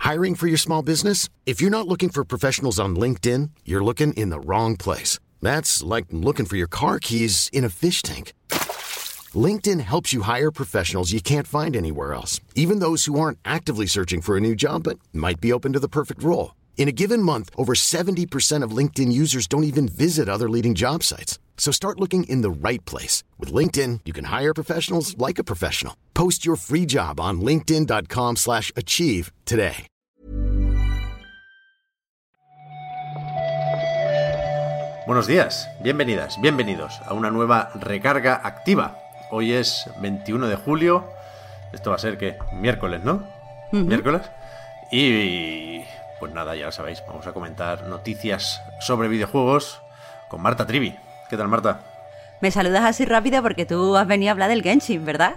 Hiring for your small business? If you're not looking for professionals on LinkedIn, you're looking in the wrong place. That's like looking for your car keys in a fish tank. LinkedIn helps you hire professionals you can't find anywhere else, even those who aren't actively searching for a new job but might be open to the perfect role. In a given month, over 70% of LinkedIn users don't even visit other leading job sites. So start looking in the right place. With LinkedIn, you can hire professionals like a professional. Post your free job on linkedin.com/achieve today. Buenos días, bienvenidas, bienvenidos a una nueva recarga activa. Hoy es 21 de julio. Esto va a ser, ¿qué? Miércoles, ¿no? Miércoles. Y pues nada, ya lo sabéis, vamos a comentar noticias sobre videojuegos con Marta Trivi. ¿Qué tal, Marta? Me saludas así rápido porque tú has venido a hablar del Genshin, ¿verdad?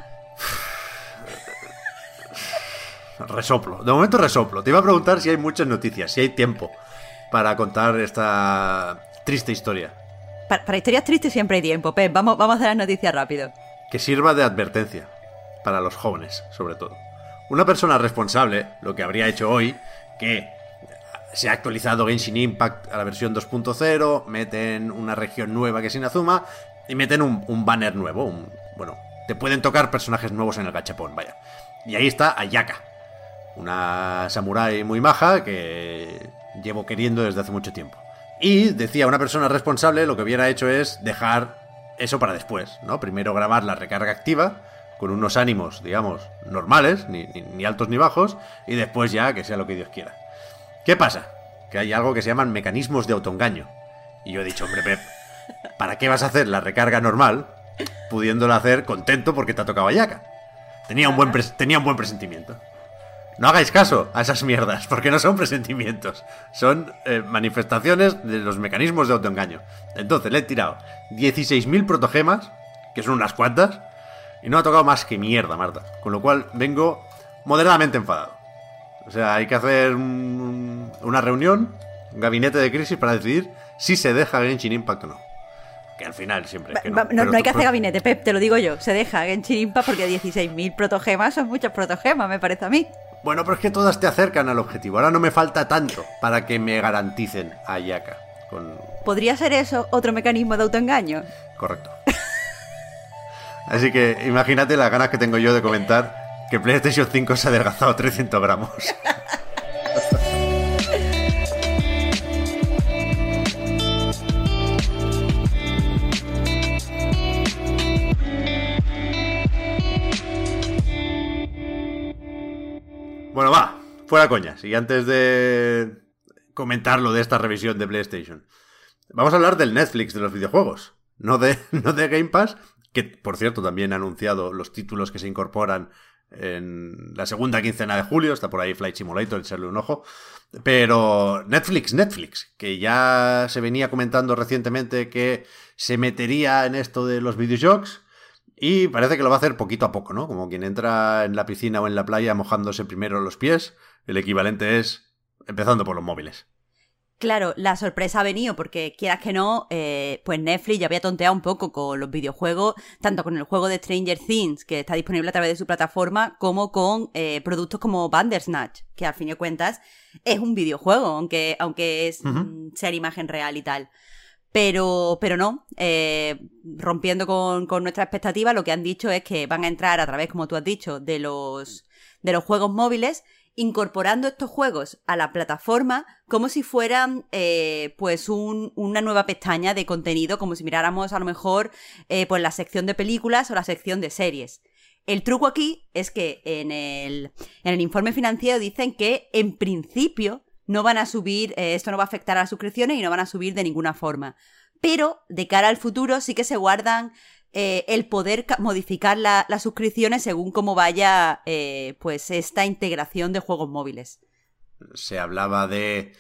Resoplo. De momento resoplo. Te iba a preguntar si hay muchas noticias, si hay tiempo para contar esta triste historia. Para historias tristes siempre hay tiempo, Pep. Vamos a hacer las noticias rápido. Que sirva de advertencia para los jóvenes, sobre todo. Una persona responsable, lo que habría hecho hoy, que se ha actualizado Genshin Impact a la versión 2.0, meten una región nueva que es Inazuma y meten un banner nuevo. Bueno, te pueden tocar personajes nuevos en el gachapón, vaya. Y ahí está Ayaka, una samurái muy maja que llevo queriendo desde hace mucho tiempo. Y decía, una persona responsable lo que hubiera hecho es dejar eso para después, ¿no? Primero grabar la recarga activa con unos ánimos, digamos, normales, ni altos ni bajos, y después ya que sea lo que Dios quiera. ¿Qué pasa? Que hay algo que se llaman mecanismos de autoengaño. Y yo he dicho, hombre, Pep, ¿para qué vas a hacer la recarga normal pudiéndola hacer contento porque te ha tocado Ayaka? Tenía un buen presentimiento. No hagáis caso a esas mierdas, porque no son presentimientos. Son manifestaciones de los mecanismos de autoengaño. Entonces le he tirado 16.000 protogemas, que son unas cuantas, y no ha tocado más que mierda, Marta. Con lo cual vengo moderadamente enfadado. O sea, hay que hacer una reunión, un gabinete de crisis para decidir si se deja Genshin Impact o no. Que al final siempre... Que no hay que hacer gabinete, Pep, te lo digo yo. Se deja Genshin Impact porque 16.000 protogemas son muchos protogemas, me parece a mí. Bueno, pero es que todas te acercan al objetivo. Ahora no me falta tanto para que me garanticen a Ayaka. ¿Podría ser eso otro mecanismo de autoengaño? Correcto. Así que imagínate las ganas que tengo yo de comentar que PlayStation 5 se ha adelgazado 300 gramos. Bueno, va, fuera coñas. Y antes de comentar lo de esta revisión de PlayStation, vamos a hablar del Netflix de los videojuegos. No de Game Pass, que por cierto también ha anunciado los títulos que se incorporan en la segunda quincena de julio. Está por ahí Flight Simulator, echarle un ojo. Pero Netflix, que ya se venía comentando recientemente que se metería en esto de los videojuegos. Y parece que lo va a hacer poquito a poco, ¿no? Como quien entra en la piscina o en la playa mojándose primero los pies. El equivalente es empezando por los móviles. Claro, la sorpresa ha venido porque, quieras que no, pues Netflix ya había tonteado un poco con los videojuegos, tanto con el juego de Stranger Things, que está disponible a través de su plataforma, como con productos como Bandersnatch, que al fin y cuentas es un videojuego, aunque es ser imagen real y tal. Pero no, rompiendo con nuestra expectativa, lo que han dicho es que van a entrar a través, como tú has dicho, de los juegos móviles, incorporando estos juegos a la plataforma como si fueran pues una nueva pestaña de contenido, como si miráramos a lo mejor pues la sección de películas o la sección de series. El truco aquí es que en el informe financiero dicen que en principio no van a subir, esto no va a afectar a las suscripciones y no van a subir de ninguna forma. Pero de cara al futuro sí que se guardan el poder modificar las suscripciones según cómo vaya pues esta integración de juegos móviles. Se hablaba de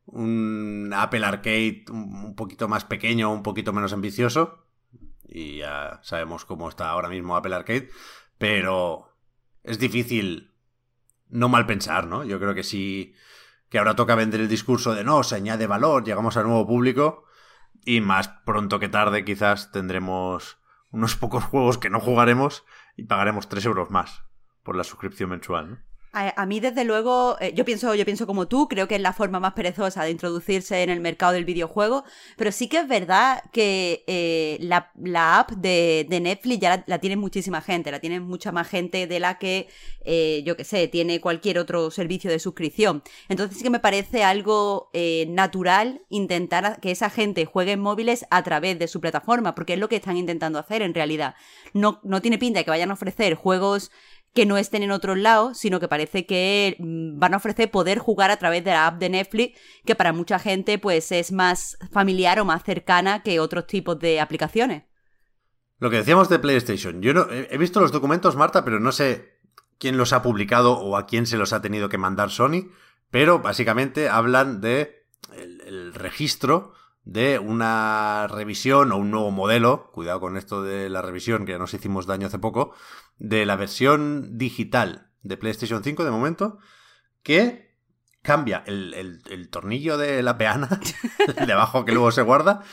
un Apple Arcade un poquito más pequeño, un poquito menos ambicioso. Y ya sabemos cómo está ahora mismo Apple Arcade. Pero es difícil no mal pensar, ¿no? Yo creo que sí, que ahora toca vender el discurso de no, se añade valor, llegamos a nuevo público. Y más pronto que tarde quizás tendremos unos pocos juegos que no jugaremos y pagaremos 3 euros más por la suscripción mensual, ¿no? A mí, desde luego, yo pienso como tú, creo que es la forma más perezosa de introducirse en el mercado del videojuego, pero sí que es verdad que la app de Netflix ya la tiene muchísima gente, la tiene mucha más gente de la que, yo qué sé, tiene cualquier otro servicio de suscripción. Entonces sí que me parece algo natural intentar que esa gente juegue en móviles a través de su plataforma, porque es lo que están intentando hacer en realidad. No tiene pinta de que vayan a ofrecer juegos que no estén en otros lados, sino que parece que van a ofrecer poder jugar a través de la app de Netflix, que para mucha gente pues es más familiar o más cercana que otros tipos de aplicaciones. Lo que decíamos de PlayStation, yo no he visto los documentos, Marta, pero no sé quién los ha publicado o a quién se los ha tenido que mandar Sony, pero básicamente hablan de el registro de una revisión o un nuevo modelo, cuidado con esto de la revisión, que ya nos hicimos daño hace poco, de la versión digital de PlayStation 5 de momento, que cambia el tornillo de la peana, el de abajo que luego se guarda,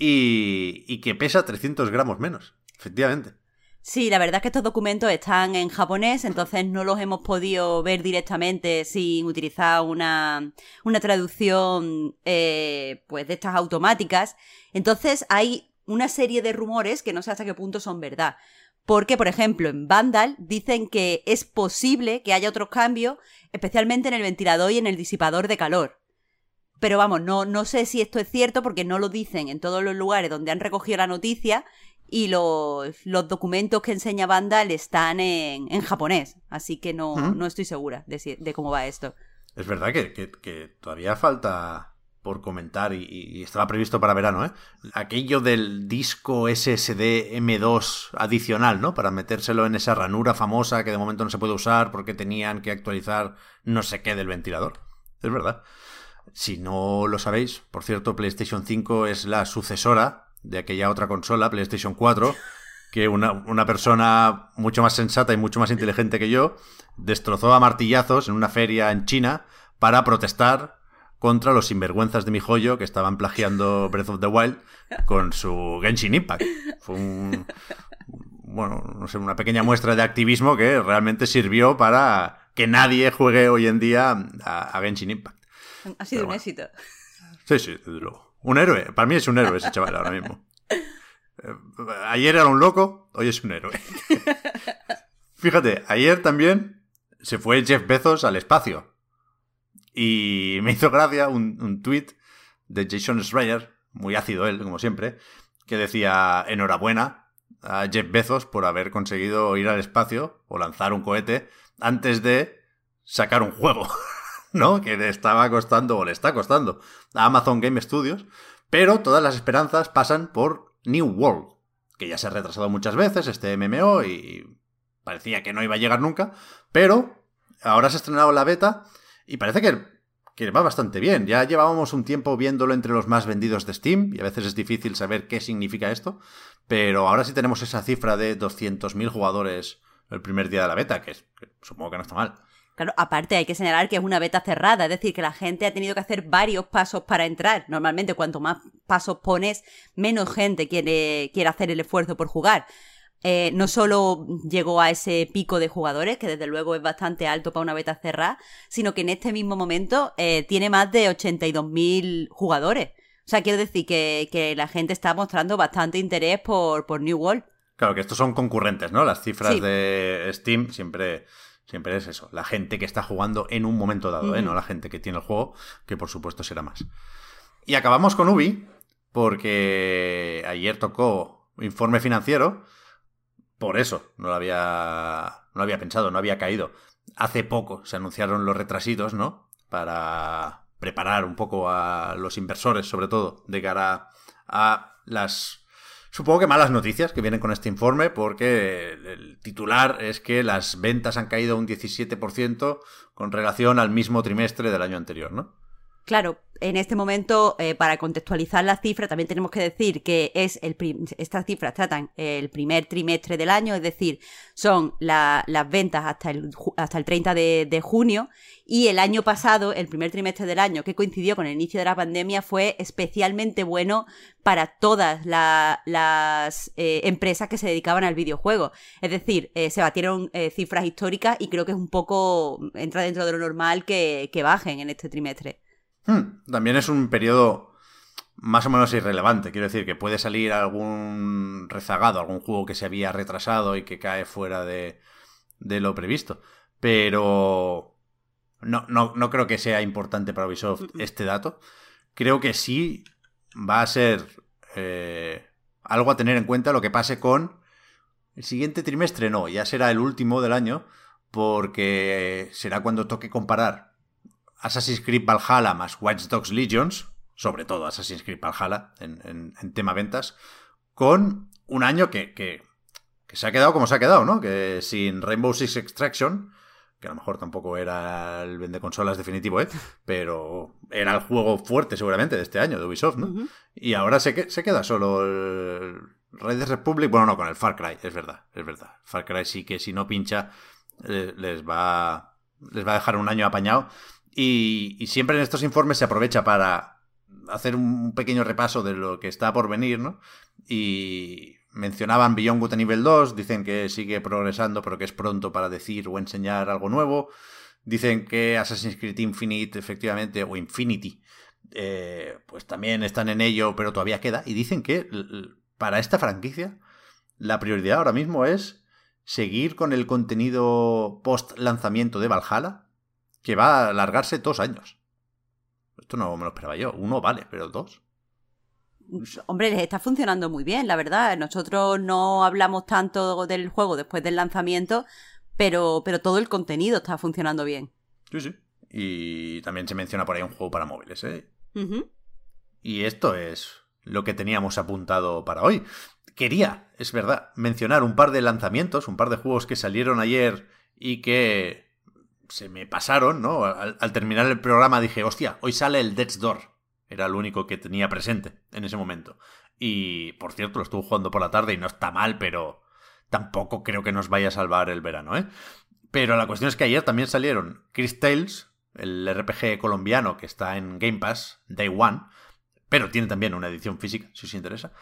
y que pesa 300 gramos menos, efectivamente. Sí, la verdad es que estos documentos están en japonés, entonces no los hemos podido ver directamente sin utilizar una traducción pues de estas automáticas. Entonces hay una serie de rumores que no sé hasta qué punto son verdad. Porque, por ejemplo, en Vandal dicen que es posible que haya otros cambios, especialmente en el ventilador y en el disipador de calor. Pero vamos, no sé si esto es cierto porque no lo dicen en todos los lugares donde han recogido la noticia. Y los documentos que enseña Vandal están en japonés, así que no estoy segura de cómo va esto. Es verdad que todavía falta por comentar y estaba previsto para verano, ¿eh? Aquello del disco SSD M2 adicional, ¿no? Para metérselo en esa ranura famosa que de momento no se puede usar porque tenían que actualizar no sé qué del ventilador. Es verdad. Si no lo sabéis, por cierto, PlayStation 5 es la sucesora de aquella otra consola, PlayStation 4, que una persona mucho más sensata y mucho más inteligente que yo destrozó a martillazos en una feria en China para protestar contra los sinvergüenzas de mi joyo que estaban plagiando Breath of the Wild con su Genshin Impact. Fue una pequeña muestra de activismo que realmente sirvió para que nadie juegue hoy en día a Genshin Impact. Ha sido un éxito. Sí, desde luego. Un héroe. Para mí es un héroe ese chaval ahora mismo. Ayer era un loco, hoy es un héroe. Fíjate, ayer también se fue Jeff Bezos al espacio. Y me hizo gracia un tuit de Jason Schreier, muy ácido él, como siempre, que decía: enhorabuena a Jeff Bezos por haber conseguido ir al espacio o lanzar un cohete antes de sacar un juego. ¿No? Que le estaba costando, o le está costando, a Amazon Game Studios, pero todas las esperanzas pasan por New World, que ya se ha retrasado muchas veces, este MMO, y parecía que no iba a llegar nunca, pero ahora se ha estrenado la beta, y parece que va bastante bien. Ya llevábamos un tiempo viéndolo entre los más vendidos de Steam, y a veces es difícil saber qué significa esto, pero ahora sí tenemos esa cifra de 200.000 jugadores el primer día de la beta, que supongo que no está mal. Claro, aparte hay que señalar que es una beta cerrada, es decir, que la gente ha tenido que hacer varios pasos para entrar. Normalmente cuanto más pasos pones, menos gente quiere hacer el esfuerzo por jugar. No solo llegó a ese pico de jugadores, que desde luego es bastante alto para una beta cerrada, sino que en este mismo momento tiene más de 82.000 jugadores. O sea, quiero decir que la gente está mostrando bastante interés por New World. Claro, que estos son concurrentes, ¿no? Las cifras Sí. de Steam siempre es eso, la gente que está jugando en un momento dado, no la gente que tiene el juego, que por supuesto será más. Y acabamos con Ubi, porque ayer tocó informe financiero, por eso no lo había pensado, no había caído. Hace poco se anunciaron los retrasitos, ¿no? Para preparar un poco a los inversores, sobre todo, de cara a las... Supongo que malas noticias que vienen con este informe, porque el titular es que las ventas han caído un 17% con relación al mismo trimestre del año anterior, ¿no? Claro, en este momento, para contextualizar la cifra, también tenemos que decir que estas cifras tratan el primer trimestre del año, es decir, son las ventas hasta el 30 de junio, y el año pasado, el primer trimestre del año, que coincidió con el inicio de la pandemia, fue especialmente bueno para todas las empresas que se dedicaban al videojuego. Es decir, se batieron cifras históricas y creo que es un poco, entra dentro de lo normal que bajen en este trimestre. También es un periodo más o menos irrelevante. Quiero decir que puede salir algún rezagado, algún juego que se había retrasado y que cae fuera de lo previsto. Pero no creo que sea importante para Ubisoft este dato. Creo que sí va a ser algo a tener en cuenta lo que pase con el siguiente trimestre. No, ya será el último del año, porque será cuando toque comparar Assassin's Creed Valhalla más Watch Dogs Legions, sobre todo Assassin's Creed Valhalla en tema ventas, con un año que se ha quedado como se ha quedado, ¿no? Que sin Rainbow Six Extraction, que a lo mejor tampoco era el vendeconsolas definitivo, pero era el juego fuerte seguramente de este año de Ubisoft, ¿no? Uh-huh. Y ahora se queda solo el Red Republic, bueno, no, con el Far Cry, es verdad. Far Cry sí que si no pincha les va a dejar un año apañado. Y siempre en estos informes se aprovecha para hacer un pequeño repaso de lo que está por venir, ¿no? Y mencionaban Beyond Good a nivel 2, dicen que sigue progresando, pero que es pronto para decir o enseñar algo nuevo. Dicen que Assassin's Creed Infinite, efectivamente, o Infinity, pues también están en ello, pero todavía queda. Y dicen que para esta franquicia la prioridad ahora mismo es seguir con el contenido post-lanzamiento de Valhalla, que va a alargarse 2 años. Esto no me lo esperaba yo. 1 vale, pero 2. Hombre, les está funcionando muy bien, la verdad. Nosotros no hablamos tanto del juego después del lanzamiento, pero todo el contenido está funcionando bien. Sí. Y también se menciona por ahí un juego para móviles, ¿eh? Uh-huh. Y esto es lo que teníamos apuntado para hoy. Quería, es verdad, mencionar un par de lanzamientos, un par de juegos que salieron ayer y que se me pasaron, ¿no? Al terminar el programa dije, hostia, hoy sale el Death's Door. Era lo único que tenía presente en ese momento. Y, por cierto, lo estuve jugando por la tarde y no está mal, pero tampoco creo que nos vaya a salvar el verano, ¿eh? Pero la cuestión es que ayer también salieron Chris Tales, el RPG colombiano que está en Game Pass, Day One, pero tiene también una edición física, si os interesa.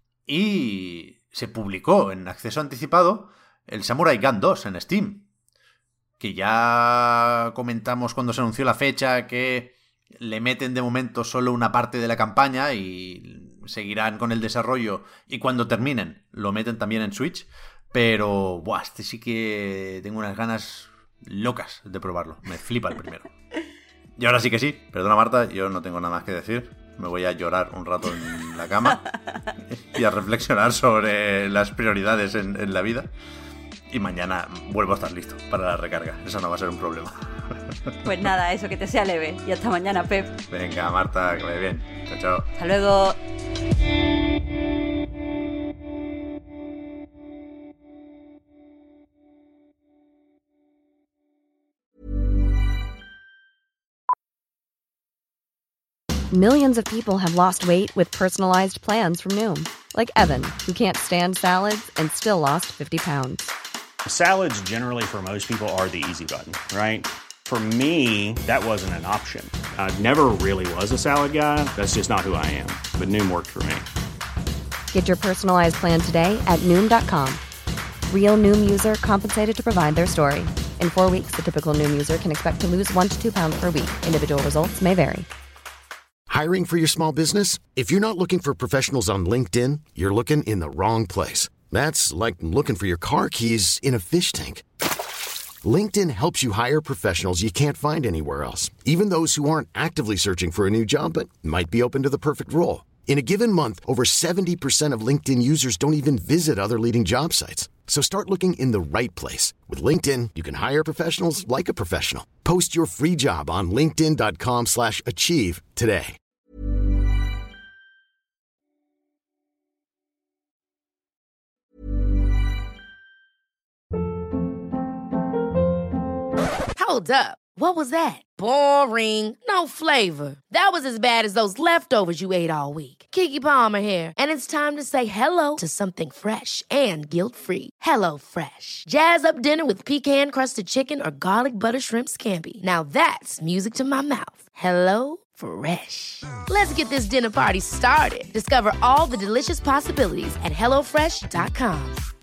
Y se publicó en acceso anticipado el Samurai Gun 2 en Steam, que ya comentamos cuando se anunció la fecha que le meten de momento solo una parte de la campaña y seguirán con el desarrollo y cuando terminen lo meten también en Switch, pero este sí que tengo unas ganas locas de probarlo, me flipa el primero. Y ahora sí que sí, perdona Marta, yo no tengo nada más que decir, me voy a llorar un rato en la cama y a reflexionar sobre las prioridades en la vida. Y mañana vuelvo a estar listo para la recarga. Eso no va a ser un problema. Pues nada, eso, que te sea leve. Y hasta mañana, Pep. Venga, Marta, que vaya bien. Chao. Hasta luego. Millions of people have lost weight with personalized plans from Noom. Like Evan, who can't stand salads and still lost 50 pounds. Salads generally for most people are the easy button, right? For me, that wasn't an option. I never really was a salad guy. That's just not who I am. But Noom worked for me. Get your personalized plan today at Noom.com. Real Noom user compensated to provide their story. In 4 weeks, the typical Noom user can expect to lose 1 to 2 pounds per week. Individual results may vary. Hiring for your small business? If you're not looking for professionals on LinkedIn, you're looking in the wrong place. That's like looking for your car keys in a fish tank. LinkedIn helps you hire professionals you can't find anywhere else, even those who aren't actively searching for a new job but might be open to the perfect role. In a given month, over 70% of LinkedIn users don't even visit other leading job sites. So start looking in the right place. With LinkedIn, you can hire professionals like a professional. Post your free job on linkedin.com/achieve today. Hold up. What was that? Boring. No flavor. That was as bad as those leftovers you ate all week. Keke Palmer here, and it's time to say hello to something fresh and guilt-free. HelloFresh. Jazz up dinner with pecan-crusted chicken or garlic butter shrimp scampi. Now that's music to my mouth. HelloFresh. Let's get this dinner party started. Discover all the delicious possibilities at HelloFresh.com.